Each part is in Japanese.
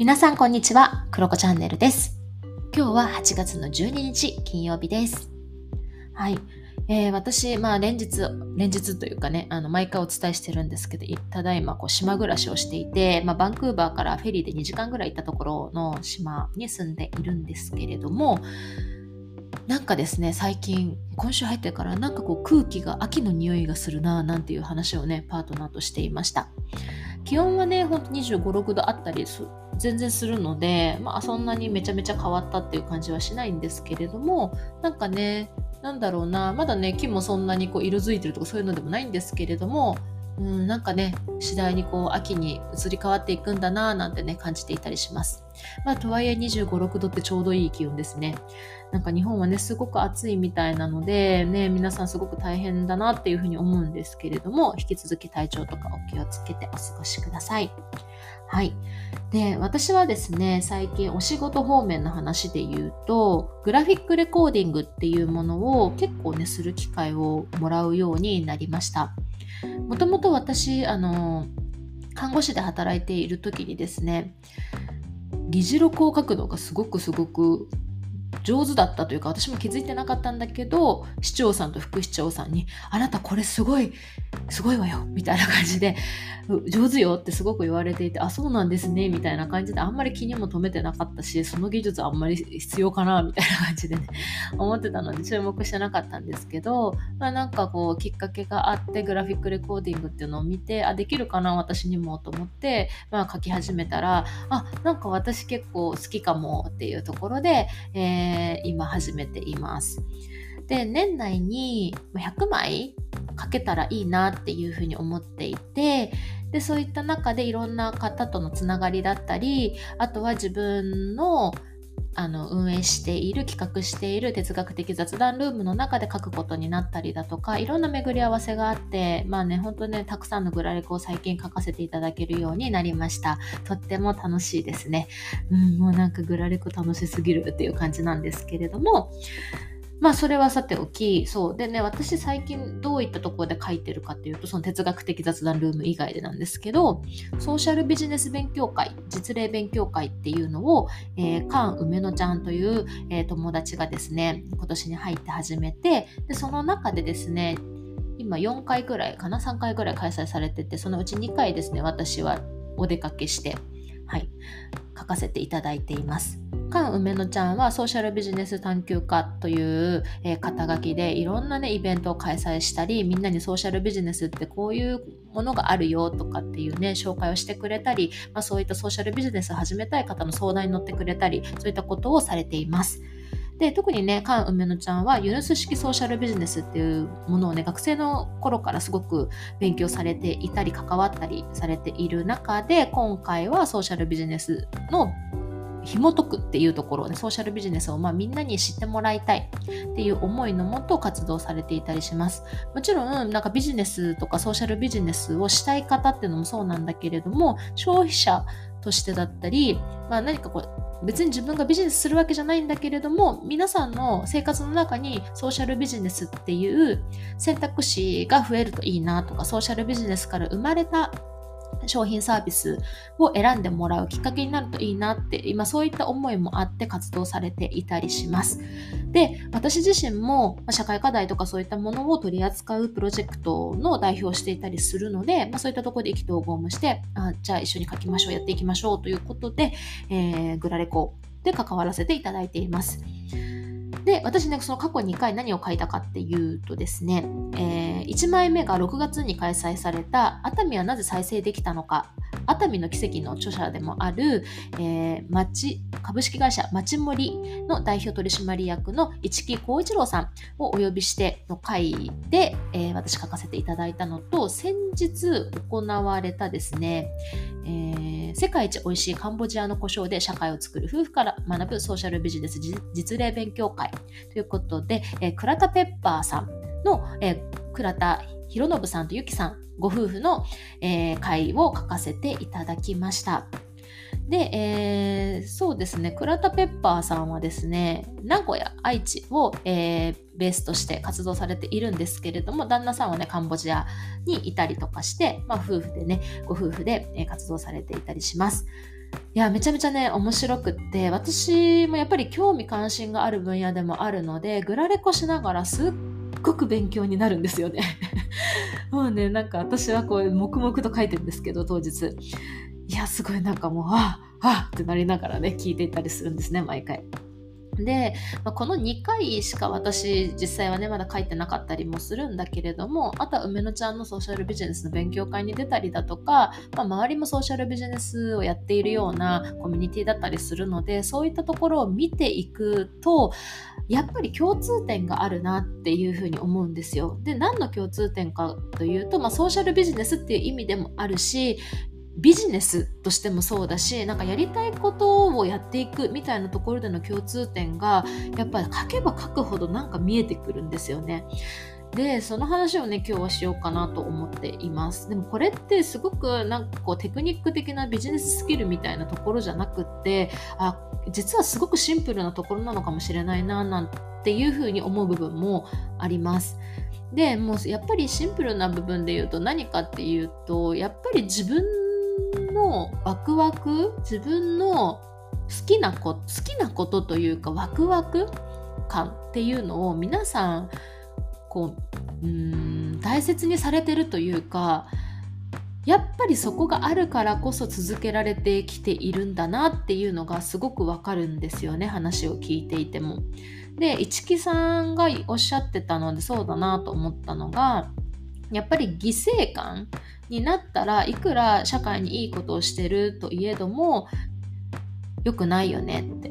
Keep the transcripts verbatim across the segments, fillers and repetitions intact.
皆さんこんにちは、クロコチャンネルです。今日ははちがつのじゅうににち金曜日です。はい、えー、私、まあ連日、連日というかね、あの毎回お伝えしてるんですけど、ただいまこう島暮らしをしていて、まあ、バンクーバーからフェリーでにじかんぐらい行ったところの島に住んでいるんですけれども、なんかですね、最近今週入ってからなんかこう空気が秋の匂いがするななんていう話をねパートナーとしていました。気温はねほんとにじゅうご、ろくどあったりす全然するので、まあそんなにめちゃめちゃ変わったっていう感じはしないんですけれども、なんかね、なんだろうな、まだね木もそんなにこう色づいてるとかそういうのでもないんですけれども、うん、なんかね次第にこう秋に移り変わっていくんだななんてね感じていたりします。まあとはいえにじゅうご、ろくどってちょうどいい気温ですね。なんか日本はねすごく暑いみたいなのでね、皆さんすごく大変だなっていうふうに思うんですけれども、引き続き体調とかお気をつけてお過ごしください。はい。で、私はですね、最近お仕事方面の話で言うと、グラフィックレコーディングっていうものを結構ねする機会をもらうようになりました。もともと私あの看護師で働いている時にですね、議事録を書くのがすごくすごく上手だったというか、私も気づいてなかったんだけど、市長さんと副市長さんにあなたこれすごいすごいわよみたいな感じで、上手よってすごく言われていて、あ、そうなんですねみたいな感じで、あんまり気にも留めてなかったし、その技術あんまり必要かなみたいな感じでね思ってたので注目してなかったんですけど、まあ、なんかこうきっかけがあってグラフィックレコーディングっていうのを見て、あ、できるかな私にもと思って、まあ、書き始めたら、あ、なんか私結構好きかもっていうところで、えー、今始めています。で、年内にひゃくまい書けたらいいなっていうふうに思っていて、でそういった中でいろんな方とのつながりだったり、あとは自分のあの運営している企画している哲学的雑談ルームの中で書くことになったりだとか、いろんな巡り合わせがあって、まあね本当ねたくさんのグラレコを最近書かせていただけるようになりました。とっても楽しいですね。うん、もうなんかグラレコ楽しすぎるっていう感じなんですけれども、まあそれはさておき、そうでね、私最近どういったところで書いてるかっていうと、その哲学的雑談ルーム以外でなんですけど、ソーシャルビジネス勉強会、実例勉強会っていうのを、えー、カン梅野ちゃんという、えー、友達がですね、今年に入って始めて、でその中でですね、今よんかいぐらいかな、さんかいぐらい開催されてて、そのうちにかいですね、私はお出かけして、はい、書かせていただいています。カン梅野ちゃんはソーシャルビジネス探究家という、えー、肩書きでいろんなねイベントを開催したり、みんなにソーシャルビジネスってこういうものがあるよとかっていうね紹介をしてくれたり、まあ、そういったソーシャルビジネスを始めたい方の相談に乗ってくれたり、そういったことをされています。で特にねカン梅野ちゃんはユヌス式ソーシャルビジネスっていうものをね学生の頃からすごく勉強されていたり関わったりされている中で、今回はソーシャルビジネスの紐解くっていうところで、ソーシャルビジネスをまあみんなに知ってもらいたいっていう思いのもと活動されていたりします。もちろんなんかビジネスとかソーシャルビジネスをしたい方っていうのもそうなんだけれども、消費者としてだったり、まあ、何かこう別に自分がビジネスするわけじゃないんだけれども、皆さんの生活の中にソーシャルビジネスっていう選択肢が増えるといいなとか、ソーシャルビジネスから生まれた商品サービスを選んでもらうきっかけになるといいなって、今そういった思いもあって活動されていたりします。で、私自身も社会課題とかそういったものを取り扱うプロジェクトの代表をしていたりするので、まあ、そういったところで意気投合もして、あ、じゃあ一緒に書きましょう、やっていきましょうということで、えー、グラレコで関わらせていただいています。で、私ね、その過去にかい何を書いたかっていうとですね、えー、いちまいめがろくがつに開催された熱海はなぜ再生できたのか、熱海の奇跡の著者でもある、えー、町株式会社町森の代表取締役の市木浩一郎さんをお呼びしての会で、えー、私書かせていただいたのと、先日行われたですね、えー、世界一美味しいカンボジアの胡椒で社会を作る夫婦から学ぶソーシャルビジネス実例勉強会ということで、えー、倉田ペッパーさんの、えー、倉田博信さんとゆきさんご夫婦の、えー、会を書かせていただきました。で、えー、そうですね、倉田ペッパーさんはですね、名古屋、愛知を、えー、ベースとして活動されているんですけれども、旦那さんはね、カンボジアにいたりとかして、まあ、夫婦でね、ご夫婦で、えー、活動されていたりします。 いや、めちゃめちゃね、面白くって、私もやっぱり興味関心がある分野でもあるので、グラレコしながらすっごく勉強になるんですよね。もうね、なんか私はこう、黙々と書いてるんですけど、当日。いや、すごいなんかもう、ああ、ああってなりながらね、聞いていたりするんですね、毎回。で、まあ、このにかいしか私実際はねまだ書いてなかったりもするんだけれども、あとは梅野ちゃんのソーシャルビジネスの勉強会に出たりだとか、まあ、周りもソーシャルビジネスをやっているようなコミュニティだったりするので、そういったところを見ていくとやっぱり共通点があるなっていうふうに思うんですよ。で、何の共通点かというと、まあ、ソーシャルビジネスっていう意味でもあるし、ビジネスとしてもそうだし、なんかやりたいことをやっていくみたいなところでの共通点がやっぱり書けば書くほどなんか見えてくるんですよね。で、その話をね今日はしようかなと思っています。でもこれってすごくなんかこうテクニック的なビジネススキルみたいなところじゃなくって、あ、実はすごくシンプルなところなのかもしれないななんていうふうに思う部分もあります。でもうやっぱりシンプルな部分で言うと何かっていうと、やっぱり自分のワクワク、自分の好きなこ好きなことというかワクワク感っていうのを皆さんこう、うーん大切にされてるというか、やっぱりそこがあるからこそ続けられてきているんだなっていうのがすごくわかるんですよね、話を聞いていても。で、市木さんがおっしゃってたのでそうだなと思ったのが、やっぱり犠牲感になったらいくら社会にいいことをしてるといえども良くないよねって、うん、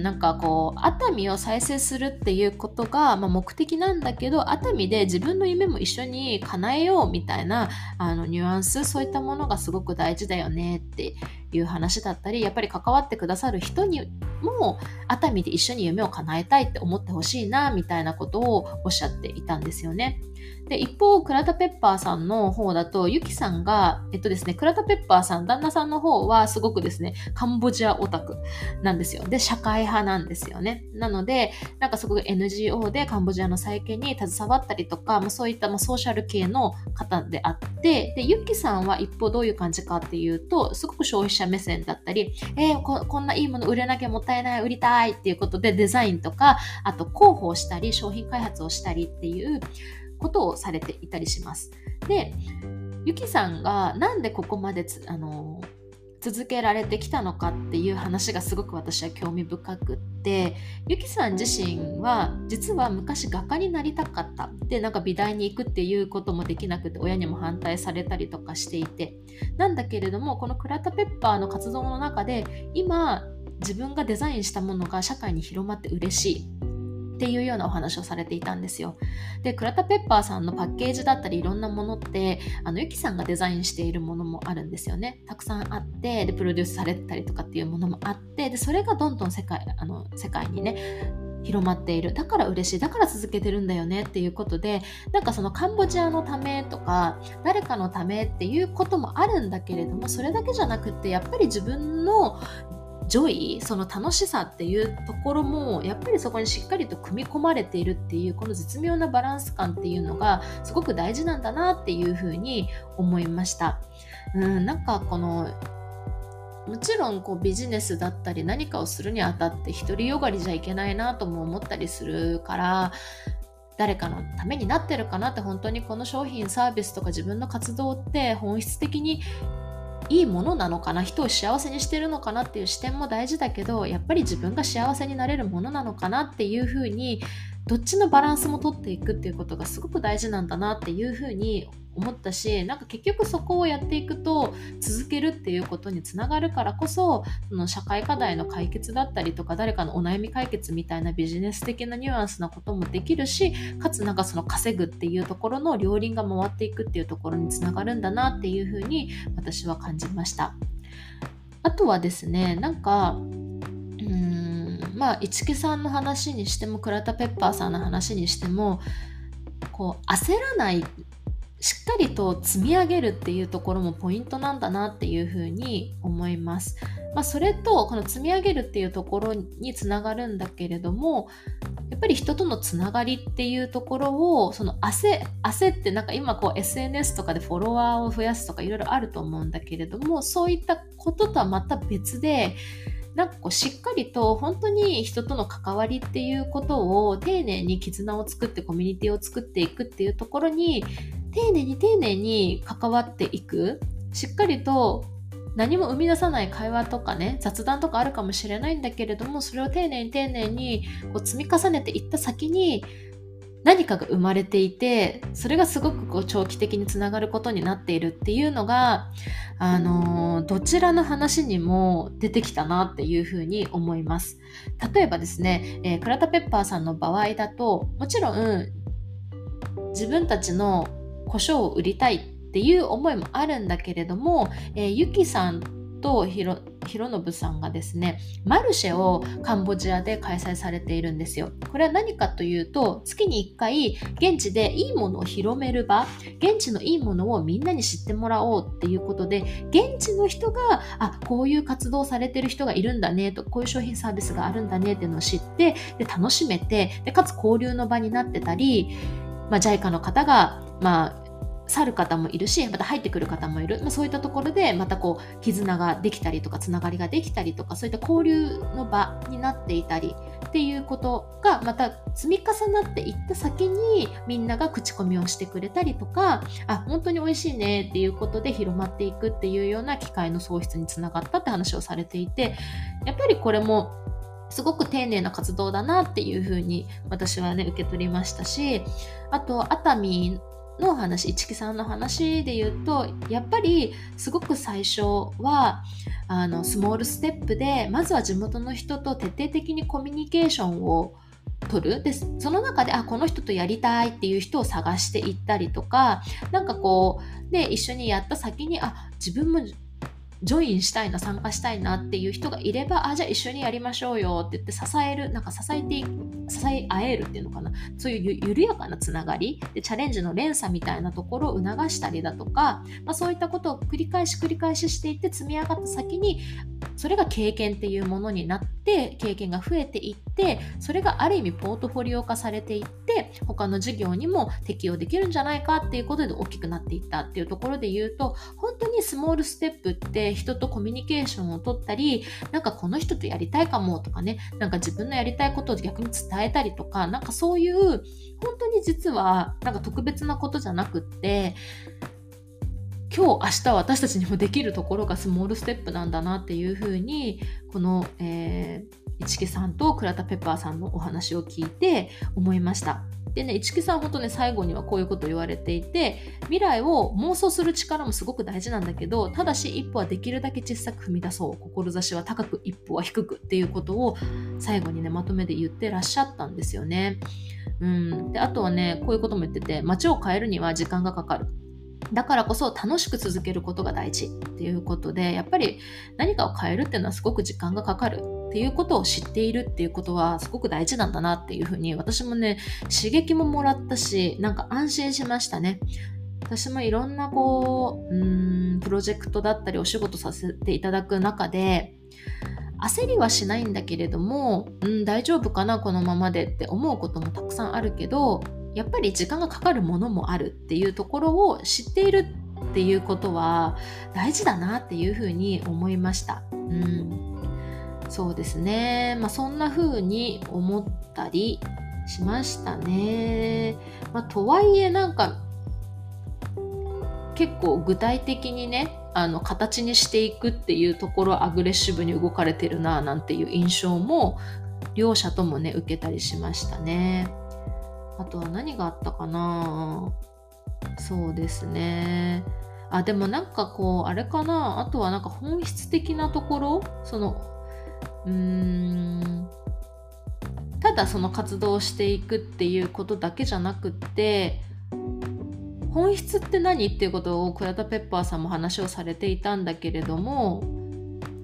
なんかこう熱海を再生するっていうことが、まあ、目的なんだけど、熱海で自分の夢も一緒に叶えようみたいなあのニュアンス、そういったものがすごく大事だよねっていう話だったり、やっぱり関わってくださる人にも熱海で一緒に夢を叶えたいって思ってほしいなみたいなことをおっしゃっていたんですよね。で、一方、倉田ペッパーさんの方だと、ゆきさんが、えっとですね、倉田ペッパーさん、旦那さんの方はすごくですね、カンボジアオタクなんですよ。で、社会派なんですよね。なので、なんかすごく エヌジーオー でカンボジアの再建に携わったりとか、まあ、そういったまあソーシャル系の方であって、で、ゆきさんは一方どういう感じかっていうと、すごく消費者目線だったり、えー、こ、こんないいもの売れなきゃもったいない、売りたいっていうことでデザインとか、あと広報したり、商品開発をしたりっていうことをされていたりします。で、ゆきさんがなんでここまでつあの続けられてきたのかっていう話がすごく私は興味深くって、ゆきさん自身は実は昔画家になりたかったで、なんか美大に行くっていうこともできなくて親にも反対されたりとかしていて、なんだけれどもこの倉田ペッパーの活動の中で今自分がデザインしたものが社会に広まって嬉しいっていうようなお話をされていたんですよ。で、倉田ペッパーさんのパッケージだったりいろんなものってあのゆきさんがデザインしているものもあるんですよね。たくさんあって、でプロデュースされてたりとかっていうものもあって、でそれがどんどん世界あの世界にね広まっている。だから嬉しい。だから続けてるんだよねっていうことで、なんかそのカンボジアのためとか誰かのためっていうこともあるんだけれども、それだけじゃなくってやっぱり自分のジョイ、その楽しさっていうところもやっぱりそこにしっかりと組み込まれているっていう、この絶妙なバランス感っていうのがすごく大事なんだなっていうふうに思いました。うん、なんかこのもちろんこうビジネスだったり何かをするにあたって独りよがりじゃいけないなとも思ったりするから、誰かのためになってるかなって、本当にこの商品サービスとか自分の活動って本質的にいいものなのかな、人を幸せにしてるのかなっていう視点も大事だけど、やっぱり自分が幸せになれるものなのかなっていうふうに、どっちのバランスも取っていくっていうことがすごく大事なんだなっていうふうに思ったし、なんか結局そこをやっていくと続けるっていうことにつながるからこそ、その社会課題の解決だったりとか誰かのお悩み解決みたいなビジネス的なニュアンスなこともできるし、かつなんかその稼ぐっていうところの両輪が回っていくっていうところにつながるんだなっていうふうに私は感じました。あとはですね、なんかうーんまあ市木さんの話にしても倉田ペッパーさんの話にしても、こう焦らないしっかりと積み上げるっていうところもポイントなんだなっていうふうに思います。まあ、それとこの積み上げるっていうところにつながるんだけれども、やっぱり人とのつながりっていうところをその焦焦ってなんか今こう エスエヌエス とかでフォロワーを増やすとかいろいろあると思うんだけれども、そういったこととはまた別で、なんかこうしっかりと本当に人との関わりっていうことを丁寧に絆を作ってコミュニティを作っていくっていうところに丁寧に丁寧に関わっていく、しっかりと何も生み出さない会話とかね、雑談とかあるかもしれないんだけれども、それを丁寧に丁寧にこう積み重ねていった先に何かが生まれていて、それがすごくこう長期的につながることになっているっていうのが、あのーどちらの話にも出てきたなっていうふうに思います。例えばですね、えー、クラタペッパーさんの場合だと、もちろん自分たちの胡椒を売りたいっていう思いもあるんだけれども、えー、ゆきさんとひろひろのぶさんがですね、マルシェをカンボジアで開催されているんですよ。これは何かというと、月にいっかい現地でいいものを広める場、現地のいいものをみんなに知ってもらおうっていうことで、現地の人があこういう活動されてる人がいるんだねと、こういう商品サービスがあるんだねっていうのを知って、で楽しめて、でかつ交流の場になってたり、まあ、ジャイカ の方がまあ去る方もいるし、また入ってくる方もいる、まあ、そういったところでまたこう絆ができたりとかつながりができたりとか、そういった交流の場になっていたりっていうことがまた積み重なっていった先に、みんなが口コミをしてくれたりとか、あ本当に美味しいねっていうことで広まっていくっていうような機会の創出につながったって話をされていて、やっぱりこれもすごく丁寧な活動だなっていうふうに私はね受け取りましたし、あと熱海の話、市木さんの話で言うと、やっぱりすごく最初はあのスモールステップで、まずは地元の人と徹底的にコミュニケーションを取る。でその中であこの人とやりたいっていう人を探していったりとか、なんかこうで一緒にやった先にあ自分もジョインしたいな、参加したいなっていう人がいれば、あじゃあ一緒にやりましょうよって言って支える、なんか支えて支え合えるっていうのかな、そういうゆ緩やかなつながりでチャレンジの連鎖みたいなところを促したりだとか、まあ、そういったことを繰り返し繰り返ししていって積み上がった先に、それが経験っていうものになって、経験が増えていって、それがある意味ポートフォリオ化されていって、他の事業にも適用できるんじゃないかっていうことで大きくなっていったっていうところで言うと、本当にスモールステップって人とコミュニケーションを取ったり、なんかこの人とやりたいかもとかね、なんか自分のやりたいことを逆に伝えたりとか、なんかそういう本当に実はなんか特別なことじゃなくって、今日明日私たちにもできるところがスモールステップなんだなっていうふうに、この、えー、市木さんと倉田ペッパーさんのお話を聞いて思いました。でね、市木さん本当ね、最後にはこういうことを言われていて、未来を妄想する力もすごく大事なんだけど、ただし一歩はできるだけ小さく踏み出そう、志は高く一歩は低くっていうことを最後にね、まとめで言ってらっしゃったんですよね。うん、であとはね、こういうことも言ってて、街を変えるには時間がかかる、だからこそ楽しく続けることが大事っていうことで、やっぱり何かを変えるっていうのはすごく時間がかかるっていうことを知っているっていうことはすごく大事なんだなっていうふうに、私もね刺激ももらったし、なんか安心しましたね。私もいろんなこう、うーんプロジェクトだったりお仕事させていただく中で、焦りはしないんだけれども、うん、大丈夫かなこのままでって思うこともたくさんあるけど、やっぱり時間がかかるものもあるっていうところを知っているっていうことは大事だなっていうふうに思いました。うん、そうですね。まあそんな風に思ったりしましたね。まあとはいえなんか結構具体的にね、あの形にしていくっていうところはアグレッシブに動かれてるななんていう印象も両者ともね受けたりしましたね。あとは何があったかな。そうですね。あ、でもなんかこうあれかな。あとはなんか本質的なところ、そのうーんただその活動をしていくっていうことだけじゃなくって、本質って何っていうことを倉田ペッパーさんも話をされていたんだけれども、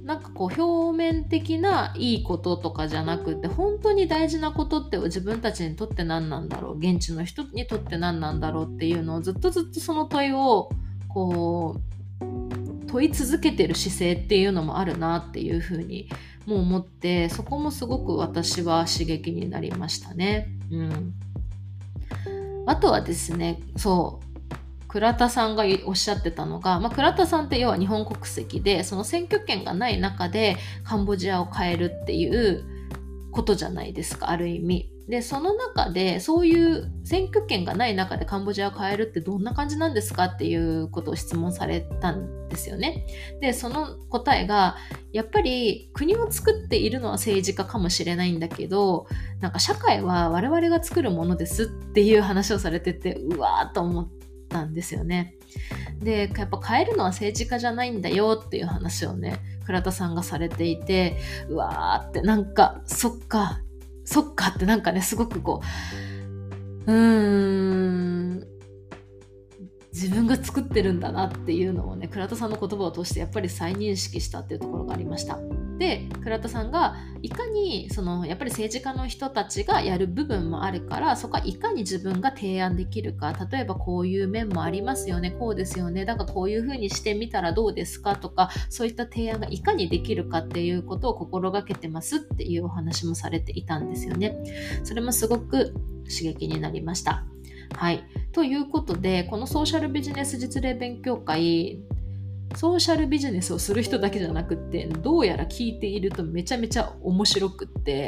なんかこう表面的ないいこととかじゃなくて、本当に大事なことって自分たちにとって何なんだろう、現地の人にとって何なんだろうっていうのをずっとずっとその問いをこう問い続けてる姿勢っていうのもあるなっていうふうにもう思って、そこもすごく私は刺激になりましたね。うん。あとはですね、そう倉田さんがおっしゃってたのが、まあ、倉田さんって要は日本国籍で、その選挙権がない中でカンボジアを変えるっていうことじゃないですか、ある意味。で、その中でそういう選挙権がない中でカンボジアを変えるってどんな感じなんですかっていうことを質問されたんですよね。で、その答えが、やっぱり国を作っているのは政治家かもしれないんだけど、なんか社会は我々が作るものですっていう話をされてて、うわーっと思ったんですよね。で、やっぱ変えるのは政治家じゃないんだよっていう話をね、倉田さんがされていて、うわーってなんか、そっか、そっかってなんかね、すごくこう、うーん、自分が作ってるんだなっていうのをね、倉田さんの言葉を通してやっぱり再認識したっていうところがありました。で、倉田さんがいかにそのやっぱり政治家の人たちがやる部分もあるから、そこはいかに自分が提案できるか、例えばこういう面もありますよね、こうですよね、だからこういうふうにしてみたらどうですかとか、そういった提案がいかにできるかっていうことを心がけてますっていうお話もされていたんですよね。それもすごく刺激になりました。はい。ということで、このソーシャルビジネス実例勉強会、ソーシャルビジネスをする人だけじゃなくって、どうやら聞いているとめちゃめちゃ面白くって、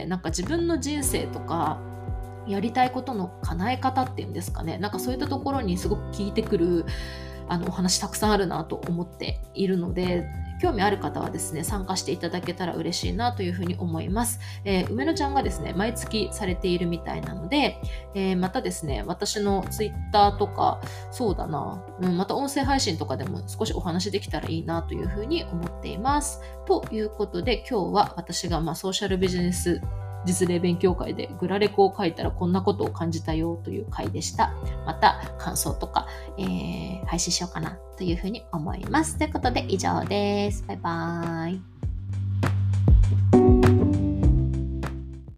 なんか自分の人生とかやりたいことの叶え方っていうんですかね、なんかそういったところにすごく聞いてくるあのお話たくさんあるなと思っているので、興味ある方はですね、参加していただけたら嬉しいなというふうに思います。えー、梅野ちゃんがですね、毎月されているみたいなので、えー、またですね、私のツイッターとか、そうだな、うん、また音声配信とかでも少しお話できたらいいなというふうに思っています。ということで、今日は私がまあソーシャルビジネス実例勉強会でグラレコを書いたらこんなことを感じたよという回でした。また感想とか、えー、配信しようかなというふうに思います。ということで以上です。バイバーイ。